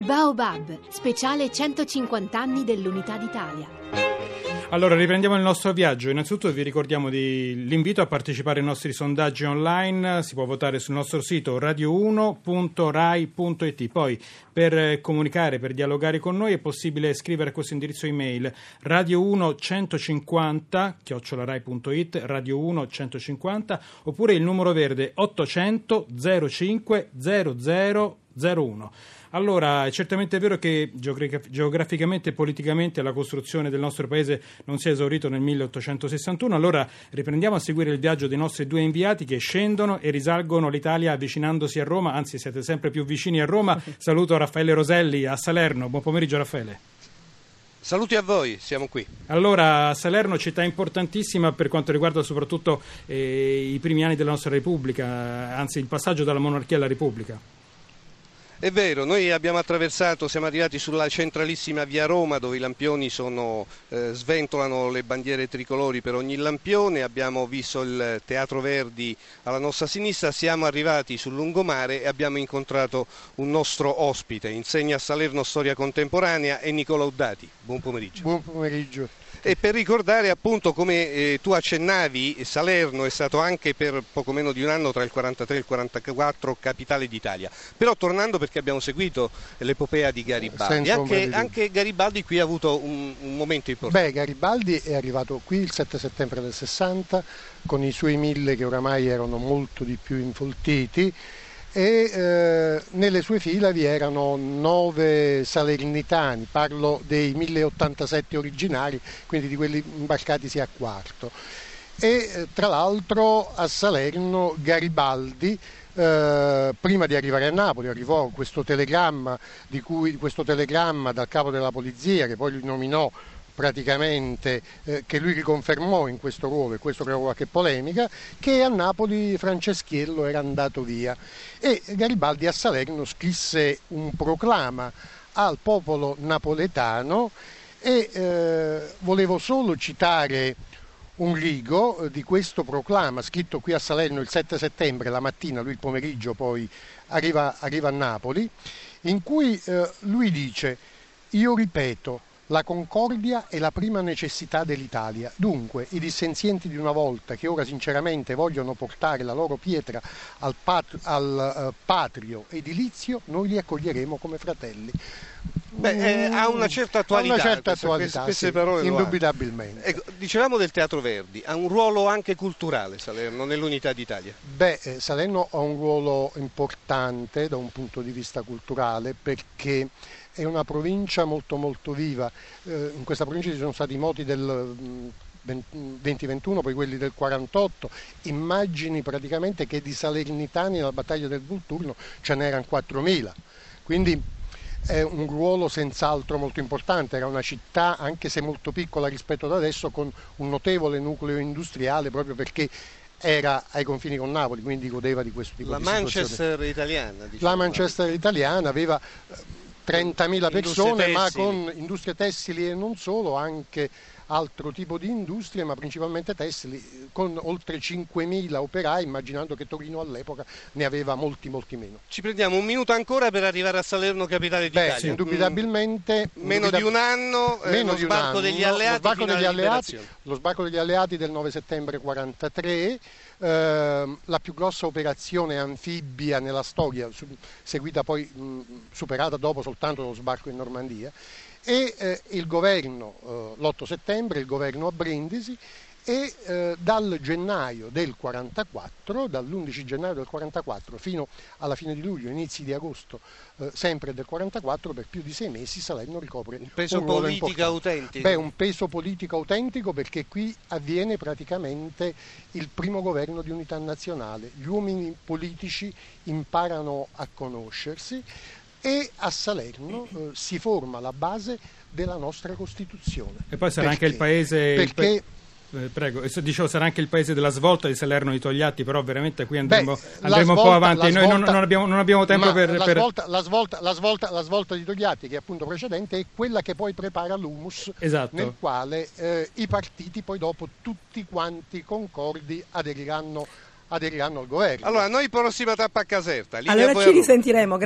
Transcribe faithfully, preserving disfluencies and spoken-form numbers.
Baobab, speciale centocinquanta anni dell'Unità d'Italia. Allora, riprendiamo il nostro viaggio. Innanzitutto vi ricordiamo di, l'invito a partecipare ai nostri sondaggi online. Si può votare sul nostro sito radio uno punto rai punto it. Poi, per comunicare, per dialogare con noi, è possibile scrivere a questo indirizzo email radio uno centocinquanta chiocciola rai punto it, radio uno centocinquanta, oppure il numero verde ottocento zero cinque zero zero zero uno. Allora, è certamente vero che geograficamente e politicamente la costruzione del nostro paese non si è esaurito nel milleottocentosessantuno, allora riprendiamo a seguire il viaggio dei nostri due inviati che scendono e risalgono l'Italia avvicinandosi a Roma, anzi siete sempre più vicini a Roma. Saluto Raffaele Roselli a Salerno. Buon pomeriggio Raffaele. Saluti a voi, siamo qui. Allora, Salerno, città importantissima per quanto riguarda soprattutto eh, i primi anni della nostra Repubblica, anzi il passaggio dalla monarchia alla Repubblica. È vero, noi abbiamo attraversato, siamo arrivati sulla centralissima via Roma dove i lampioni sono, eh, sventolano le bandiere tricolori per ogni lampione, abbiamo visto il Teatro Verdi alla nostra sinistra, siamo arrivati sul lungomare e abbiamo incontrato un nostro ospite, insegna a Salerno Storia Contemporanea, è Nicola Uddati. Buon pomeriggio. Buon pomeriggio. E per ricordare appunto come eh, tu accennavi, Salerno è stato anche per poco meno di un anno tra il quarantatré e il quarantaquattro capitale d'Italia. Però tornando, perché abbiamo seguito l'epopea di Garibaldi, anche, anche Garibaldi qui ha avuto un, un momento importante. Beh, Garibaldi è arrivato qui il sette settembre del sessanta con i suoi mille che oramai erano molto di più infoltiti, e eh, nelle sue fila vi erano nove salernitani, parlo dei mille ottantasette originari, quindi di quelli imbarcatisi a quarto. E eh, tra l'altro a Salerno Garibaldi, eh, prima di arrivare a Napoli, arrivò questo telegramma, di cui, questo telegramma dal capo della polizia, che poi lui nominò praticamente, eh, che lui riconfermò in questo ruolo, e questo creò qualche polemica, che a Napoli Franceschiello era andato via, e Garibaldi a Salerno scrisse un proclama al popolo napoletano, e eh, volevo solo citare un rigo di questo proclama scritto qui a Salerno il sette settembre, la mattina, lui il pomeriggio poi arriva, arriva a Napoli, in cui eh, lui dice: io ripeto, la concordia è la prima necessità dell'Italia. Dunque, i dissenzienti di una volta, che ora sinceramente vogliono portare la loro pietra al, pat- al uh, patrio edilizio, noi li accoglieremo come fratelli. Beh, eh, ha una certa attualità, una certa queste, attualità queste sì, parole indubitabilmente. Ecco, dicevamo del Teatro Verdi, ha un ruolo anche culturale Salerno nell'Unità d'Italia? Beh, eh, Salerno ha un ruolo importante da un punto di vista culturale, perché è una provincia molto molto viva. Eh, in questa provincia ci sono stati i moti del venti ventuno, poi quelli del quarantotto, immagini praticamente che di salernitani nella battaglia del Volturno ce n'erano quattromila, quindi è un ruolo senz'altro molto importante. Era una città, anche se molto piccola rispetto ad adesso, con un notevole nucleo industriale, proprio perché era ai confini con Napoli, quindi godeva di questo tipo la di situazione. Manchester italiana, diciamo. La Manchester italiana aveva trentamila persone, industrie ma tessili. con industrie tessili e non solo, anche altro tipo di industrie, ma principalmente tessili, con oltre cinquemila operai, immaginando che Torino all'epoca ne aveva molti molti meno. Ci prendiamo un minuto ancora per arrivare a Salerno capitale d'Italia. Beh, sì, indubitabilmente mm, meno indubitab- di un anno, eh, meno lo di un sbarco anno, degli no, alleati, lo sbarco fino degli alla alleati, liberazione. lo sbarco degli alleati del nove settembre quarantatré, eh, la più grossa operazione anfibia nella storia, su, seguita poi mh, superata dopo soltanto lo sbarco in Normandia. E eh, il governo, eh, l'otto settembre, il governo a Brindisi, e eh, dal gennaio del quarantaquattro, dall'undici gennaio del quarantaquattro fino alla fine di luglio, inizi di agosto, eh, sempre del quarantaquattro, per più di sei mesi Salerno ricopre un peso un ruolo politico importante. autentico. Beh, un peso politico autentico, perché qui avviene praticamente il primo governo di unità nazionale. Gli uomini politici imparano a conoscersi, e a Salerno eh, si forma la base della nostra Costituzione. E poi sarà perché? anche il paese... Perché... Il pa- eh, prego, dicevo, sarà anche il paese della svolta di Salerno di Togliatti, però veramente qui andremo, Beh, andremo svolta, un po' avanti. Noi non, non, abbiamo, non abbiamo tempo per... La, per... Svolta, la, svolta, la, svolta, la svolta di Togliatti, che è appunto precedente, è quella che poi prepara l'humus, esatto, nel quale eh, i partiti poi dopo tutti quanti concordi aderiranno aderiranno al governo. Allora, noi prossima tappa a Caserta. Allora ci risentiremo.